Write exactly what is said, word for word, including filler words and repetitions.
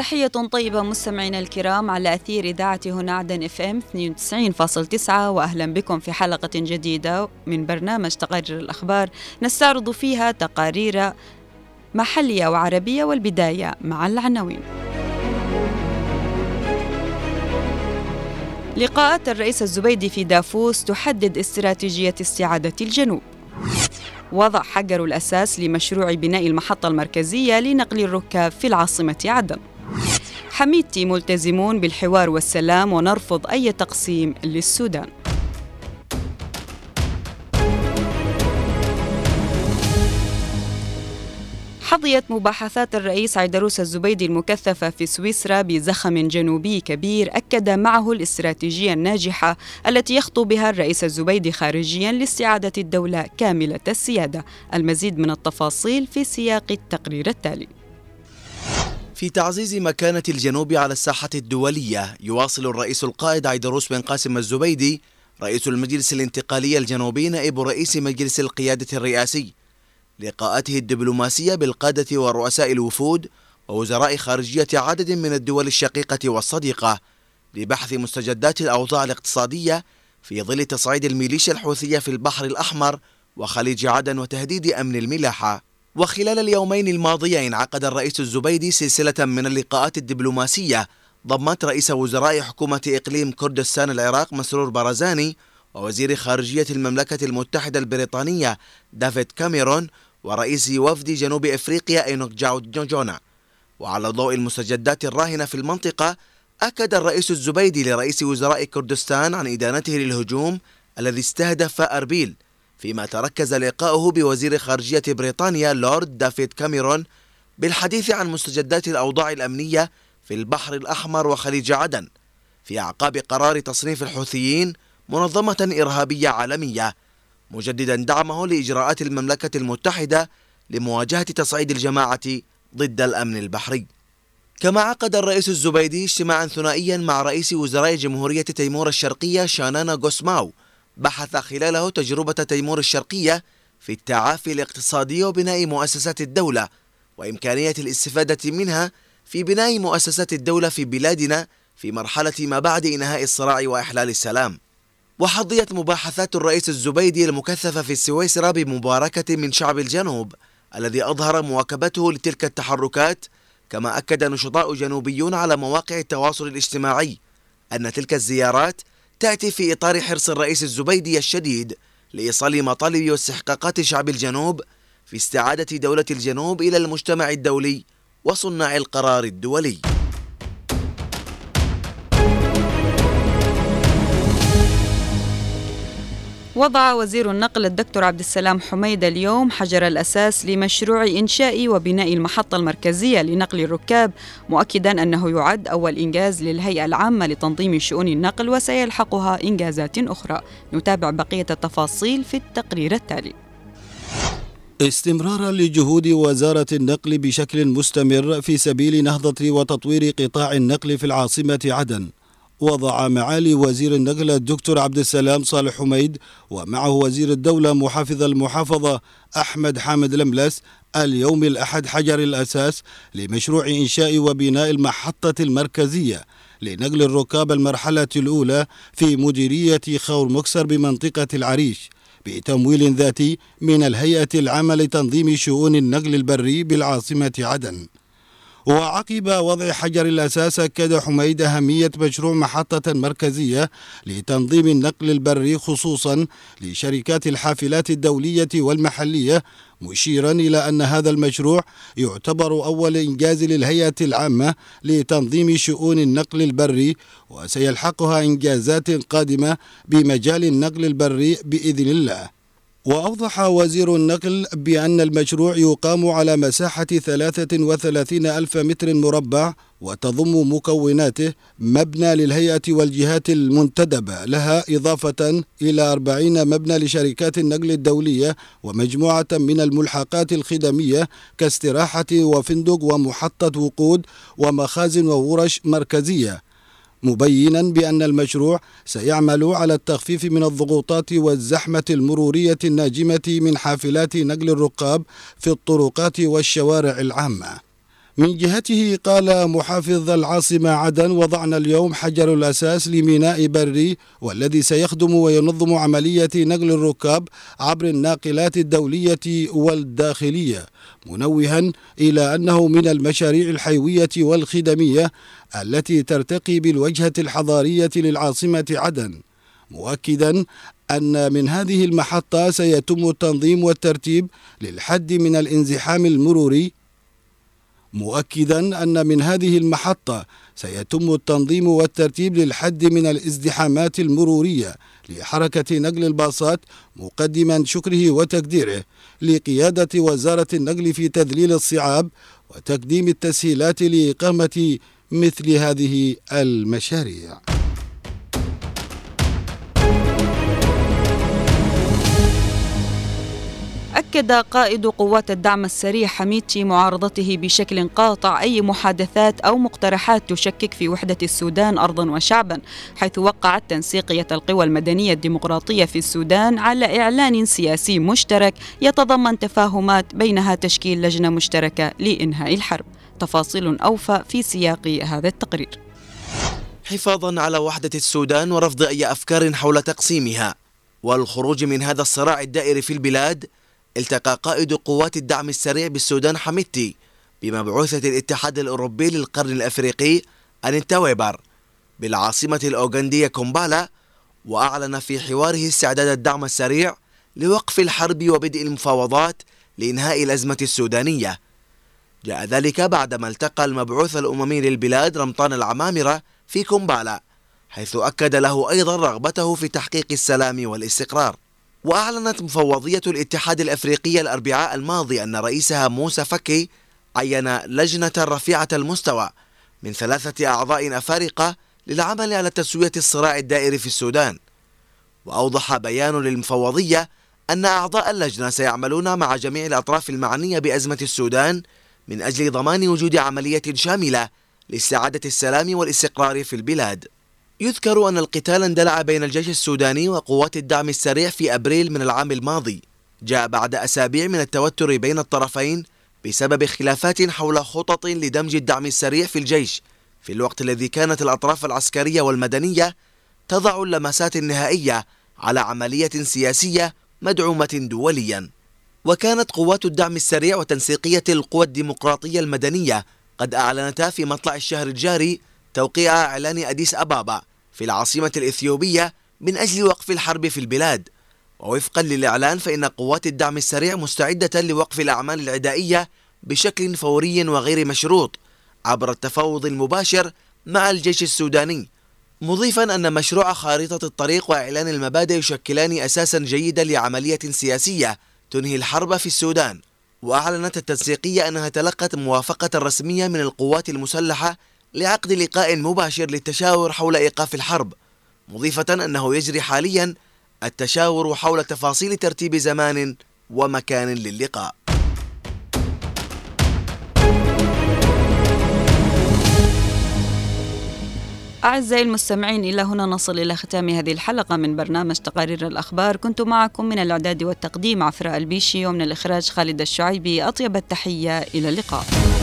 تحية طيبة مستمعينا الكرام على أثير إذاعة هنا عدن اف ام اثنين وتسعين فاصلة تسعة، وأهلا بكم في حلقة جديدة من برنامج تقارير الأخبار نستعرض فيها تقارير محلية وعربية، والبداية مع العناوين. لقاءات الرئيس الزبيدي في دافوس تحدد استراتيجية استعادة الجنوب. وضع حجر الأساس لمشروع بناء المحطة المركزية لنقل الركاب في العاصمة عدن. حميدتي ملتزمون بالحوار والسلام ونرفض أي تقسيم للسودان. حظيت مباحثات الرئيس عيدروس الزبيدي المكثفة في سويسرا بزخم جنوبي كبير أكد معه الاستراتيجية الناجحة التي يخطو بها الرئيس الزبيدي خارجيا لاستعادة الدولة كاملة السيادة. المزيد من التفاصيل في سياق التقرير التالي. في تعزيز مكانة الجنوب على الساحة الدولية، يواصل الرئيس القائد عيدروس بن قاسم الزبيدي رئيس المجلس الانتقالي الجنوبي نائب رئيس مجلس القيادة الرئاسي لقاءاته الدبلوماسية بالقادة ورؤساء الوفود ووزراء خارجية عدد من الدول الشقيقة والصديقة لبحث مستجدات الأوضاع الاقتصادية في ظل تصعيد الميليشيا الحوثية في البحر الأحمر وخليج عدن وتهديد أمن الملاحة. وخلال اليومين الماضيين عقد الرئيس الزبيدي سلسلة من اللقاءات الدبلوماسية ضمت رئيس وزراء حكومة إقليم كردستان العراق مسرور بارزاني ووزير خارجية المملكة المتحدة البريطانية دافيد كاميرون ورئيس وفد جنوب إفريقيا إينوك جاو جوجونا. وعلى ضوء المستجدات الراهنة في المنطقة، أكد الرئيس الزبيدي لرئيس وزراء كردستان عن إدانته للهجوم الذي استهدف أربيل، فيما تركز لقاؤه بوزير خارجية بريطانيا لورد دافيد كاميرون بالحديث عن مستجدات الأوضاع الأمنية في البحر الأحمر وخليج عدن في أعقاب قرار تصنيف الحوثيين منظمة إرهابية عالمية، مجددا دعمه لإجراءات المملكة المتحدة لمواجهة تصعيد الجماعة ضد الأمن البحري. كما عقد الرئيس الزبيدي اجتماعا ثنائيا مع رئيس وزراء جمهورية تيمور الشرقية شانانا غوسماو بحث خلاله تجربة تيمور الشرقية في التعافي الاقتصادي وبناء مؤسسات الدولة وإمكانية الاستفادة منها في بناء مؤسسات الدولة في بلادنا في مرحلة ما بعد إنهاء الصراع وإحلال السلام. وحظيت مباحثات الرئيس الزبيدي المكثفة في سويسرا بمباركة من شعب الجنوب الذي أظهر مواكبته لتلك التحركات. كما أكد نشطاء جنوبيون على مواقع التواصل الاجتماعي أن تلك الزيارات تأتي في إطار حرص الرئيس الزبيدي الشديد لإيصال مطالب واستحقاقات شعب الجنوب في استعادة دولة الجنوب إلى المجتمع الدولي وصناع القرار الدولي. وضع وزير النقل الدكتور عبد السلام حميد اليوم حجر الأساس لمشروع إنشاء وبناء المحطة المركزية لنقل الركاب، مؤكدا أنه يعد أول إنجاز للهيئة العامة لتنظيم شؤون النقل وسيلحقها إنجازات أخرى. نتابع بقية التفاصيل في التقرير التالي. استمرارا لجهود وزارة النقل بشكل مستمر في سبيل نهضة وتطوير قطاع النقل في العاصمة عدن، وضع معالي وزير النقل الدكتور عبد السلام صالح حميد ومعه وزير الدولة محافظ المحافظة أحمد حامد لملس اليوم الأحد حجر الأساس لمشروع إنشاء وبناء المحطة المركزية لنقل الركاب المرحلة الأولى في مديرية خور مكسر بمنطقة العريش بتمويل ذاتي من الهيئة العامة لتنظيم شؤون النقل البري بالعاصمة عدن. وعقب وضع حجر الأساس أكد حميد أهمية مشروع محطة مركزية لتنظيم النقل البري خصوصا لشركات الحافلات الدولية والمحلية، مشيرا إلى أن هذا المشروع يعتبر أول إنجاز للهيئة العامة لتنظيم شؤون النقل البري، وسيلحقها إنجازات قادمة بمجال النقل البري بإذن الله. وأوضح وزير النقل بأن المشروع يقام على مساحة ثلاثة وثلاثين ألف متر مربع، وتضم مكوناته مبنى للهيئة والجهات المنتدبة لها، إضافة إلى أربعين مبنى لشركات النقل الدولية ومجموعة من الملحقات الخدمية كاستراحة وفندق ومحطة وقود ومخازن وورش مركزية، مبينا بأن المشروع سيعمل على التخفيف من الضغوطات والزحمة المرورية الناجمة من حافلات نقل الركاب في الطرقات والشوارع العامة. من جهته قال محافظ العاصمة عدن: وضعنا اليوم حجر الأساس لميناء بري والذي سيخدم وينظم عملية نقل الركاب عبر الناقلات الدولية والداخلية، منوها إلى أنه من المشاريع الحيوية والخدمية التي ترتقي بالوجهة الحضارية للعاصمة عدن، مؤكدا أن من هذه المحطة سيتم التنظيم والترتيب للحد من الانزحام المروري مؤكدا أن من هذه المحطة سيتم التنظيم والترتيب للحد من الازدحامات المرورية لحركة نقل الباصات، مقدما شكره وتقديره لقيادة وزارة النقل في تذليل الصعاب وتقديم التسهيلات لإقامة مثل هذه المشاريع. أكد قائد قوات الدعم السريع حميدتي معارضته بشكل قاطع أي محادثات أو مقترحات تشكك في وحدة السودان أرضا وشعبا، حيث وقعت تنسيقية القوى المدنية الديمقراطية في السودان على إعلان سياسي مشترك يتضمن تفاهمات بينها تشكيل لجنة مشتركة لإنهاء الحرب. تفاصيل أوفى في سياق هذا التقرير. حفاظا على وحدة السودان ورفض أي أفكار حول تقسيمها والخروج من هذا الصراع الدائري في البلاد، التقى قائد قوات الدعم السريع بالسودان حميدتي بمبعوثة الاتحاد الأوروبي للقرن الأفريقي أنينتاويبر بالعاصمة الأوغندية كومبالا، وأعلن في حواره استعداد الدعم السريع لوقف الحرب وبدء المفاوضات لإنهاء الأزمة السودانية. جاء ذلك بعدما التقى المبعوث الأممي للبلاد رمضان العمامرة في كومبالا، حيث أكد له أيضا رغبته في تحقيق السلام والاستقرار. وأعلنت مفوضية الاتحاد الأفريقي الأربعاء الماضي أن رئيسها موسى فكي عين لجنة رفيعة المستوى من ثلاثة أعضاء أفارقة للعمل على تسوية الصراع الدائري في السودان. وأوضح بيان للمفوضية أن أعضاء اللجنة سيعملون مع جميع الأطراف المعنية بأزمة السودان من أجل ضمان وجود عملية شاملة لاستعادة السلام والاستقرار في البلاد. يذكر أن القتال اندلع بين الجيش السوداني وقوات الدعم السريع في أبريل من العام الماضي، جاء بعد أسابيع من التوتر بين الطرفين بسبب خلافات حول خطط لدمج الدعم السريع في الجيش، في الوقت الذي كانت الأطراف العسكرية والمدنية تضع اللمسات النهائية على عملية سياسية مدعومة دوليا. وكانت قوات الدعم السريع وتنسيقية القوى الديمقراطية المدنية قد أعلنتا في مطلع الشهر الجاري توقيع إعلان أديس أبابا في العاصمة الإثيوبية من أجل وقف الحرب في البلاد. ووفقا للإعلان فإن قوات الدعم السريع مستعدة لوقف الأعمال العدائية بشكل فوري وغير مشروط عبر التفاوض المباشر مع الجيش السوداني، مضيفا أن مشروع خارطة الطريق وإعلان المبادئ يشكلان أساسا جيدا لعملية سياسية تنهي الحرب في السودان. وأعلنت التنسيقية أنها تلقت موافقة رسمية من القوات المسلحة لعقد لقاء مباشر للتشاور حول إيقاف الحرب، مضيفة أنه يجري حاليا التشاور حول تفاصيل ترتيب زمان ومكان للقاء. أعزائي المستمعين، إلى هنا نصل إلى ختام هذه الحلقة من برنامج تقارير الأخبار. كنت معكم من الإعداد والتقديم عفراء البيشي، ومن الإخراج خالد الشعيبي. أطيب التحية، إلى اللقاء.